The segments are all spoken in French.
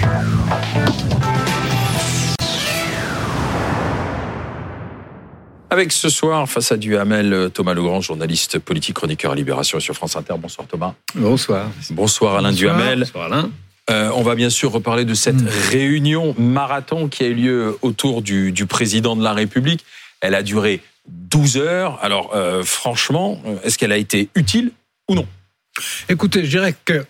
Avec ce soir, face à Duhamel, Thomas Legrand, journaliste politique, chroniqueur à Libération et sur France Inter. Bonsoir Thomas. Bonsoir. Bonsoir Alain Duhamel. Bonsoir Alain. On va bien sûr reparler de cette réunion marathon qui a eu lieu autour du président de la République. Elle a duré 12 heures. Alors franchement, est-ce qu'elle a été utile ou non ? Écoutez, je dirais que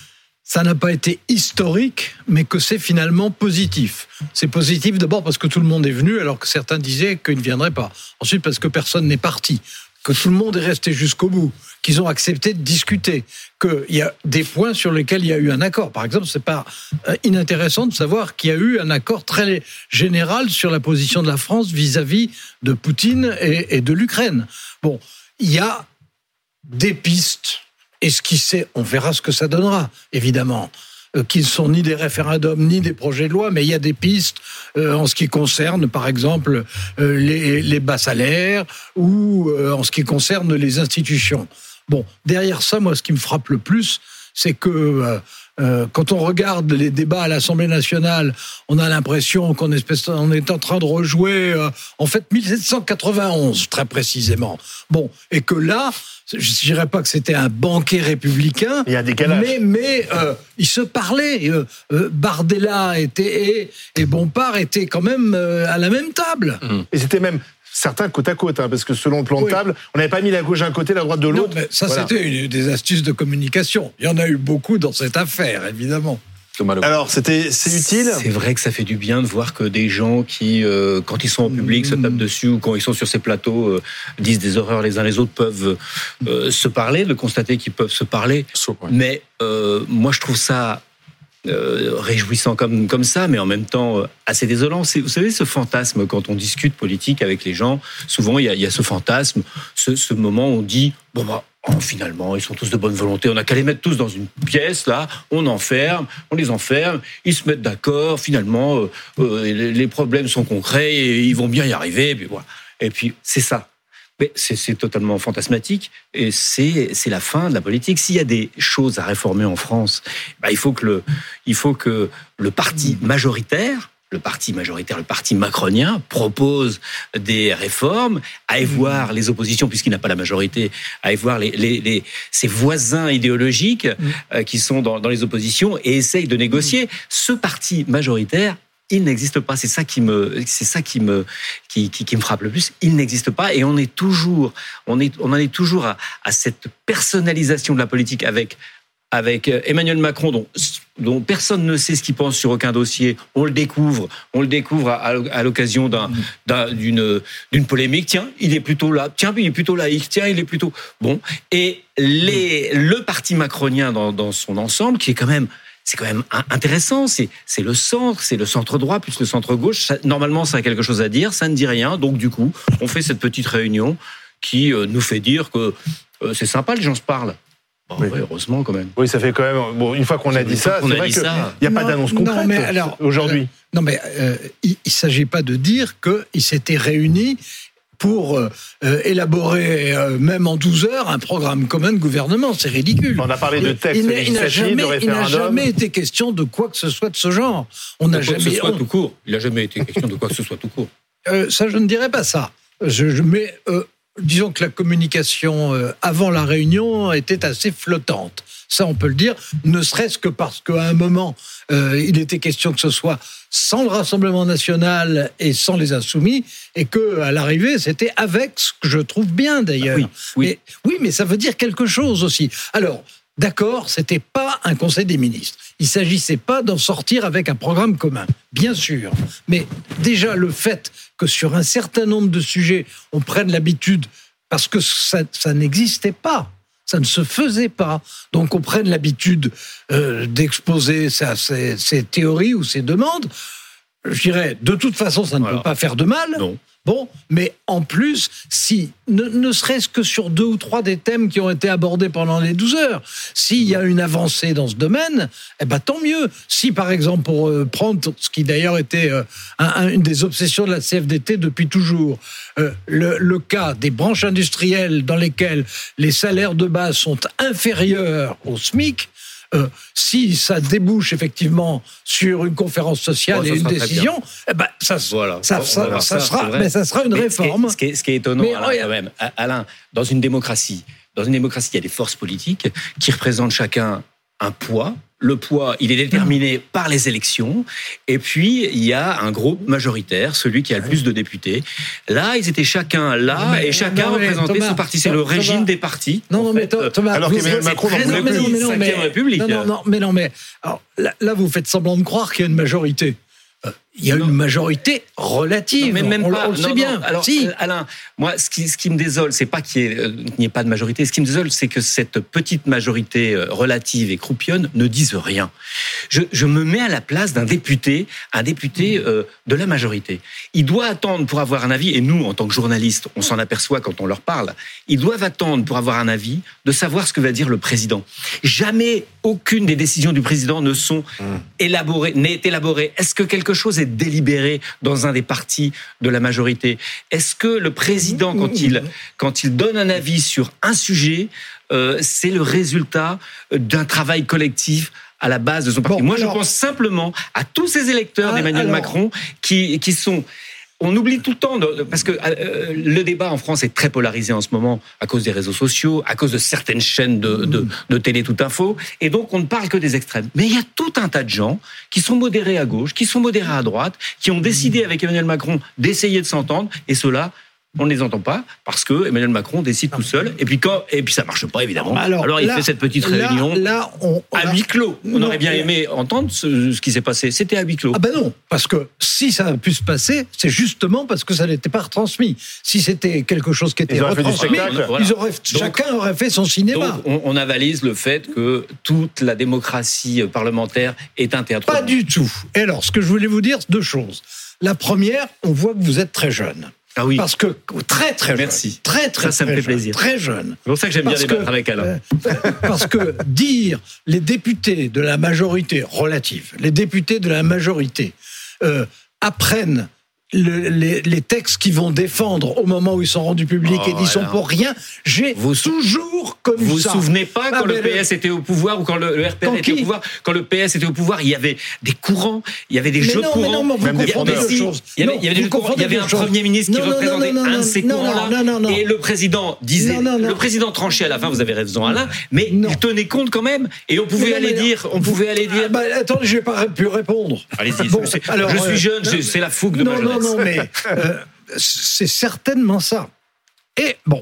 ça n'a pas été historique, mais que c'est finalement positif. C'est positif d'abord parce que tout le monde est venu, alors que certains disaient qu'ils ne viendraient pas. Ensuite, parce que personne n'est parti, que tout le monde est resté jusqu'au bout, qu'ils ont accepté de discuter, qu'il y a des points sur lesquels il y a eu un accord. Par exemple, c'est pas inintéressant de savoir qu'il y a eu un accord très général sur la position de la France vis-à-vis de Poutine et de l'Ukraine. Bon, il y a des pistes esquissées, on verra ce que ça donnera, évidemment, qui ne sont ni des référendums, ni des projets de loi, mais il y a des pistes en ce qui concerne, par exemple, les bas salaires ou en ce qui concerne les institutions. Bon, derrière ça, moi, ce qui me frappe le plus, c'est que quand on regarde les débats à l'Assemblée nationale, on a l'impression qu'on est en train de rejouer, en fait, 1791, très précisément. Bon, et que là, je ne dirais pas que c'était un banquet républicain, il y a un décalage. Mais ils se parlaient. Bardella et Bompard étaient quand même à la même table. Et c'était même certains côte à côte, parce que selon le plan de table, on n'avait pas mis la gauche d'un côté, la droite de l'autre. Non, mais ça, voilà. C'était des astuces de communication. Il y en a eu beaucoup dans cette affaire, évidemment. Alors, c'est utile ? C'est vrai que ça fait du bien de voir que des gens qui, quand ils sont en public, se tapent dessus, ou quand ils sont sur ces plateaux, disent des horreurs les uns les autres, peuvent se parler, de constater qu'ils peuvent se parler. Mais moi, je trouve ça réjouissant comme ça, mais en même temps assez désolant. Vous savez, ce fantasme, quand on discute politique avec les gens, souvent il y a ce fantasme, ce moment où on dit bon bah finalement ils sont tous de bonne volonté, on n'a qu'à les mettre tous dans une pièce là, on les enferme, ils se mettent d'accord, finalement les problèmes sont concrets et ils vont bien y arriver, et puis voilà. Et puis c'est ça. Mais c'est totalement fantasmatique et c'est la fin de la politique. S'il y a des choses à réformer en France, il faut que le parti majoritaire, le parti macronien, propose des réformes, aille voir les oppositions, puisqu'il n'a pas la majorité, aille voir ses voisins idéologiques qui sont dans les oppositions et essaye de négocier. Ce parti majoritaire, il n'existe pas. C'est ça qui me frappe le plus. Il n'existe pas et on en est toujours à cette personnalisation de la politique avec Emmanuel Macron dont personne ne sait ce qu'il pense sur aucun dossier. On le découvre à l'occasion d'une polémique. Tiens, il est plutôt là. Tiens, il est plutôt laïque. Tiens, il est plutôt bon. Et le parti macronien dans son ensemble, qui est quand même intéressant, c'est le centre droit plus le centre gauche. Normalement, ça a quelque chose à dire, ça ne dit rien. Donc du coup, on fait cette petite réunion qui nous fait dire que c'est sympa, les gens se parlent. Bon, oui. Heureusement quand même. Oui, ça fait quand même. Bon, une fois qu'on a dit ça, c'est vrai qu'il n'y a pas d'annonce concrète aujourd'hui. Il ne s'agit pas de dire qu'ils s'étaient réunis pour élaborer, même en 12 heures, un programme commun de gouvernement. C'est ridicule. On a parlé de textes législatifs, de référendum. Il n'a jamais été question de quoi que ce soit de ce genre. Il n'a jamais été question de quoi que ce soit tout court. Ça, je ne dirais pas ça. Disons que la communication avant la réunion était assez flottante. Ça, on peut le dire, ne serait-ce que parce qu'à un moment, il était question que ce soit sans le Rassemblement national et sans les Insoumis, et qu'à l'arrivée, c'était avec, ce que je trouve bien d'ailleurs. Oui, mais ça veut dire quelque chose aussi. Alors, d'accord, c'était pas un conseil des ministres. Il s'agissait pas d'en sortir avec un programme commun, bien sûr. Mais déjà, le fait que sur un certain nombre de sujets, on prenne l'habitude, parce que ça n'existait pas, ça ne se faisait pas. Donc on prenne l'habitude d'exposer ces théories ou ces demandes. Je dirais, de toute façon, ça ne peut pas faire de mal. Non. Bon, mais en plus, si, ne serait-ce que sur 2 ou 3 des thèmes qui ont été abordés pendant les 12 heures, s'il y a une avancée dans ce domaine, tant mieux. Si, par exemple, pour prendre ce qui d'ailleurs était une des obsessions de la CFDT depuis toujours, le cas des branches industrielles dans lesquelles les salaires de base sont inférieurs au SMIC, si ça débouche effectivement sur une conférence sociale et une décision, ça sera une réforme. Ce qui est étonnant, Alain, quand même, Alain, dans une démocratie, il y a des forces politiques qui représentent chacun un poids. Le poids, il est déterminé par les élections. Et puis, il y a un groupe majoritaire, celui qui a le plus de députés. Là, ils étaient chacun là, et chacun représentait son parti. C'est le régime des partis. Thomas, alors qu'Emmanuel Macron n'en voulait plus. Cinquième République. Alors, là, vous faites semblant de croire qu'il y a une majorité. Il y a une majorité relative. Mais même pas. On le sait bien. Alors, si. Alain, moi, ce qui me désole, c'est pas qu'il n'y ait pas de majorité. Ce qui me désole, c'est que cette petite majorité relative et croupionne ne dise rien. Je me mets à la place d'un député, de la majorité. Il doit attendre pour avoir un avis, et nous, en tant que journalistes, on s'en aperçoit quand on leur parle, ils doivent attendre pour avoir un avis de savoir ce que va dire le président. Jamais aucune des décisions du président n'est élaborée. Est-ce que quelque chose est délibéré dans un des partis de la majorité? Est-ce que le président, quand il donne un avis sur un sujet, c'est le résultat d'un travail collectif à la base de son parti? Je pense simplement à tous ces électeurs d'Emmanuel Macron qui sont... On oublie tout le temps, parce que le débat en France est très polarisé en ce moment à cause des réseaux sociaux, à cause de certaines chaînes de télé tout info, et donc on ne parle que des extrêmes. Mais il y a tout un tas de gens qui sont modérés à gauche, qui sont modérés à droite, qui ont décidé avec Emmanuel Macron d'essayer de s'entendre, et ceux-là, on ne les entend pas parce que Emmanuel Macron décide tout seul. Et puis ça marche pas évidemment. Alors il fait cette petite réunion à huis clos. On aurait bien aimé entendre ce qui s'est passé. C'était à huis clos. Non, parce que si ça a pu se passer, c'est justement parce que ça n'était pas retransmis. Si c'était quelque chose qui était retransmis, chacun aurait fait son cinéma. Donc on avalise le fait que toute la démocratie parlementaire est un théâtre. Pas du tout. Et alors, ce que je voulais vous dire, 2 choses. La première, on voit que vous êtes très jeune. Ah oui. Parce que très jeune. Merci. Ça me fait plaisir. Très jeune. C'est pour ça que j'aime bien débattre avec Alain. Parce que dire les députés de la majorité relative, les députés de la majorité apprennent les textes qu'ils vont défendre au moment où ils sont rendus publics et n'y sont pour rien, j'ai toujours connu ça. Vous vous souvenez pas quand le PS était au pouvoir ou quand le RPR était au pouvoir? Quand le PS était au pouvoir, il y avait des courants, il y avait des jeux de courants. Il y avait un Premier ministre qui représentait un de ces courants-là. Et le président disait, le président tranchait à la fin, vous avez raison Alain, mais il tenait compte quand même. Et on pouvait aller dire... Attendez, je n'ai pas pu répondre. Allez-y, je suis jeune, c'est la fougue de ma jeunesse. Non, mais c'est certainement ça. Et bon,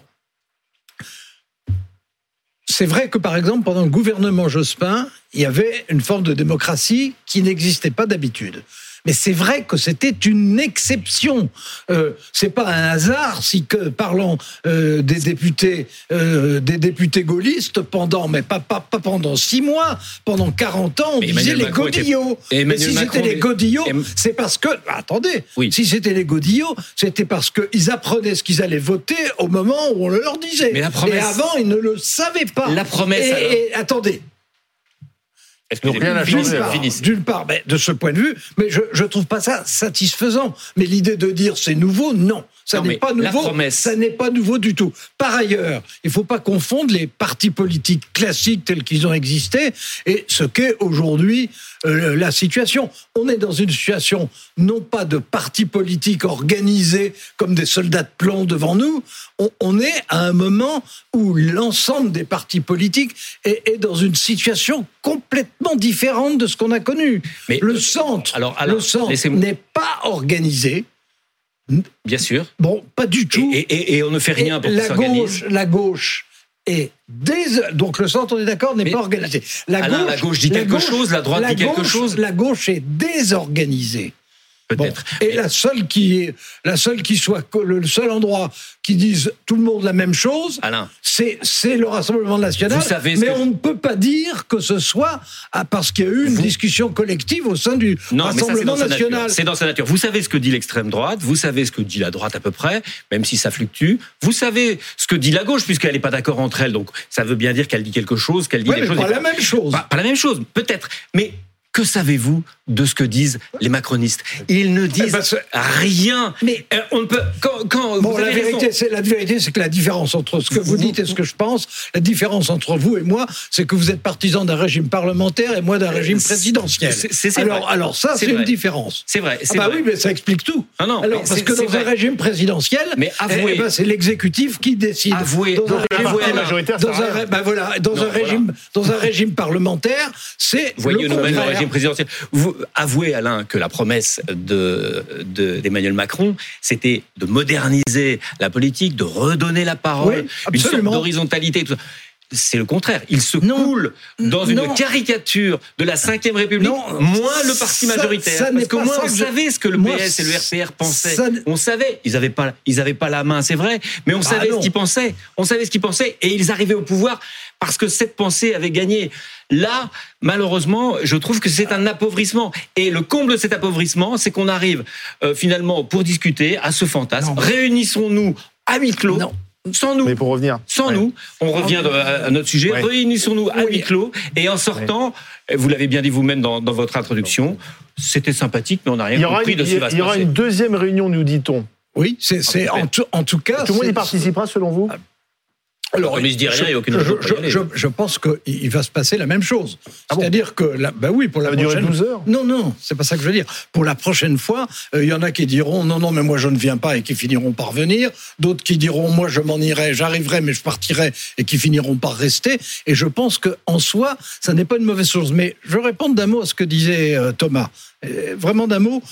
c'est vrai que par exemple, pendant le gouvernement Jospin, il y avait une forme de démocratie qui n'existait pas d'habitude. Mais c'est vrai que c'était une exception. C'est pas un hasard si que parlant des députés gaullistes pendant, mais pas pendant 6 mois, pendant 40 ans, on disait les godillots. Et si c'était les godillots, c'est parce que si c'était les godillots, c'était parce qu'ils apprenaient ce qu'ils allaient voter au moment où on le leur disait. Mais la promesse, et avant, ils ne le savaient pas. La promesse. Et attendez. Donc rien n'a changé. D'une part, de ce point de vue, mais je trouve pas ça satisfaisant. Mais l'idée de dire c'est nouveau, non. Ça n'est pas nouveau. Ça n'est pas nouveau du tout. Par ailleurs, il faut pas confondre les partis politiques classiques tels qu'ils ont existé et ce qu'est aujourd'hui la situation. On est dans une situation non pas de partis politiques organisés comme des soldats de plomb devant nous. On est à un moment où l'ensemble des partis politiques est dans une situation complètement différente de ce qu'on a connu. Mais le centre n'est pas organisé. Bien sûr. Bon, pas du tout. Et on ne fait rien pour que ça s'organise. La gauche est donc le centre, on est d'accord, n'est pas organisé. La gauche dit quelque chose, la droite dit quelque chose. La gauche est désorganisée. Peut-être. Et la seule qui soit le seul endroit qui dise tout le monde la même chose, Alain, c'est le Rassemblement national. Mais on ne peut pas dire que ce soit parce qu'il y a eu une discussion collective au sein du Rassemblement national. C'est dans sa nature. Vous savez ce que dit l'extrême droite, vous savez ce que dit la droite à peu près, même si ça fluctue. Vous savez ce que dit la gauche, puisqu'elle n'est pas d'accord entre elles. Donc ça veut bien dire qu'elle dit quelque chose, qu'elle dit des choses. Pas la même chose. Pas la même chose, peut-être. Mais que savez-vous de ce que disent les macronistes. Ils ne disent rien. Mais on ne peut. Quand bon, la vérité, c'est que la différence entre ce que vous dites et ce que je pense, la différence entre vous et moi, c'est que vous êtes partisan d'un régime parlementaire et moi d'un régime présidentiel. Alors ça, c'est une différence. C'est vrai. Oui, mais ça explique tout. Non, parce que dans un régime présidentiel, c'est l'exécutif qui décide. Dans un régime parlementaire, c'est voyez nous-mêmes le régime présidentiel. Vous avouez, Alain, que la promesse d'Emmanuel Macron, c'était de moderniser la politique, de redonner la parole, une sorte d'horizontalité, tout ça. C'est le contraire. Il se coule dans une caricature de la Ve République, moins le parti majoritaire. Parce que moi, on savait ce que le PS et le RPR pensaient. On savait. Ils avaient pas la main, c'est vrai. Mais on savait ce qu'ils pensaient. On savait ce qu'ils pensaient. Et ils arrivaient au pouvoir parce que cette pensée avait gagné. Là, malheureusement, je trouve que c'est un appauvrissement. Et le comble de cet appauvrissement, c'est qu'on arrive finalement, pour discuter, à ce fantasme. Réunissons-nous à huis clos. Sans nous. Mais pour revenir. Sans nous. On revient à notre sujet. Réunissons-nous à huis clos. Et en sortant, vous l'avez bien dit vous-même dans votre introduction, c'était sympathique, mais on n'a rien compris de ce qui va se passer. Il y aura une deuxième réunion, nous dit-on. Oui, c'est en tout cas. Tout le monde y participera, selon vous? Alors, il ne se dit rien, il n'y a aucune raison. Je pense qu'il va se passer la même chose. C'est-à-dire que, pour la prochaine... Ça va durer 12 heures? Non, c'est pas ça que je veux dire. Pour la prochaine fois, il y en a qui diront non, mais moi je ne viens pas et qui finiront par venir. D'autres qui diront moi je m'en irai, j'arriverai, mais je partirai et qui finiront par rester. Et je pense qu'en soi, ça n'est pas une mauvaise chose. Mais je réponds d'un mot à ce que disait Thomas. Vraiment d'un mot.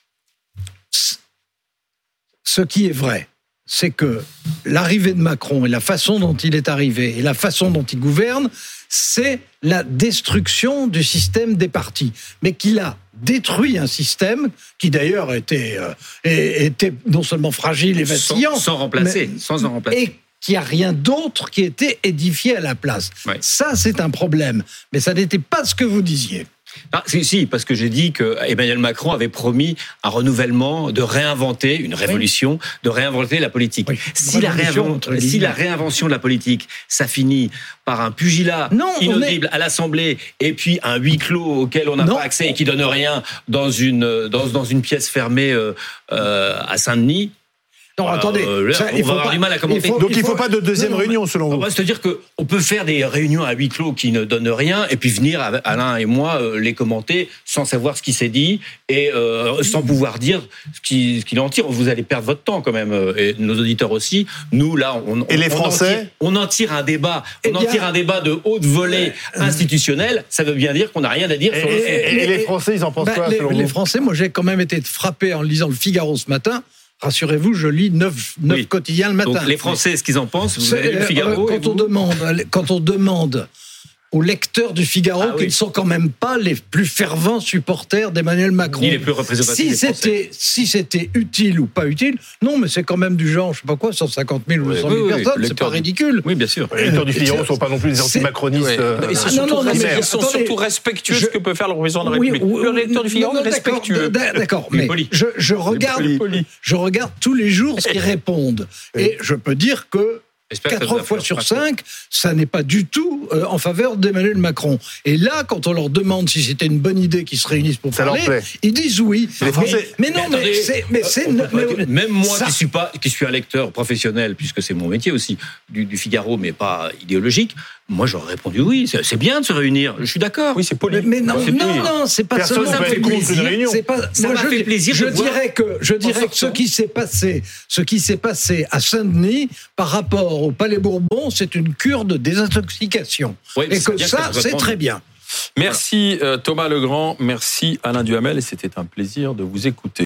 Ce qui est vrai, c'est que l'arrivée de Macron et la façon dont il est arrivé et la façon dont il gouverne, c'est la destruction du système des partis. Mais qu'il a détruit un système qui d'ailleurs était non seulement fragile et vacillant, sans en remplacer. Et qu'il n'y a rien d'autre qui était édifié à la place. Ouais. Ça, c'est un problème. Mais ça n'était pas ce que vous disiez. Si, parce que j'ai dit que Emmanuel Macron avait promis un renouvellement, de réinventer une révolution, de réinventer la politique. Oui, si la réinvention de la politique, ça finit par un pugilat inaudible à l'Assemblée et puis un huis clos auquel on n'a pas accès et qui donne rien dans une pièce fermée à Saint-Denis. Non, attendez. On va avoir du mal à commenter. Donc il ne faut pas de deuxième réunion, selon vous. C'est-à-dire qu'on peut faire des réunions à huis clos qui ne donnent rien et puis venir, Alain et moi, les commenter sans savoir ce qui s'est dit et sans pouvoir dire ce qu'il en tire. Vous allez perdre votre temps quand même, et nos auditeurs aussi. Nous, là, on en tire un débat. On en tire un débat de haute volée institutionnelle. Ça veut bien dire qu'on n'a rien à dire sur le fait. Et les Français, ils en pensent quoi, selon vous? Les Français, moi, j'ai quand même été frappé en lisant le Figaro ce matin. Rassurez-vous, je lis 9 quotidiens le matin. Donc les Français, ce qu'ils en pensent, vous avez lu le Figaro quand on demande aux lecteurs du Figaro qu'ils ne sont quand même pas les plus fervents supporters d'Emmanuel Macron. Ni les plus représentatifs des Français. Si c'était utile ou pas utile, non, mais c'est quand même du genre, je sais pas quoi, 150 000 ou 200 000 personnes, c'est pas ridicule. Oui, bien sûr. Les lecteurs du Figaro ne sont pas non plus des anti-macronistes. Ils sont surtout respectueux de ce que peut faire le président de la République. Le lecteur du Figaro est respectueux. D'accord, mais je regarde tous les jours ce qu'ils répondent. Et je peux dire que 4 fois sur 5, ça n'est pas du tout en faveur d'Emmanuel Macron. Et là, quand on leur demande si c'était une bonne idée qu'ils se réunissent pour parler, ils disent oui. Même moi qui suis un lecteur professionnel, puisque c'est mon métier aussi, du Figaro, mais pas idéologique, moi j'aurais répondu oui, c'est bien de se réunir, je suis d'accord. Oui, c'est poli. Mais non, c'est pas personne seulement ne fait plaisir. Ça m'a fait plaisir. Je dirais que ce qui s'est passé à Saint-Denis par rapport au Palais Bourbon, c'est une cure de désintoxication. Et que ça, c'est très bien. Merci Thomas Legrand, merci Alain Duhamel, et c'était un plaisir de vous écouter.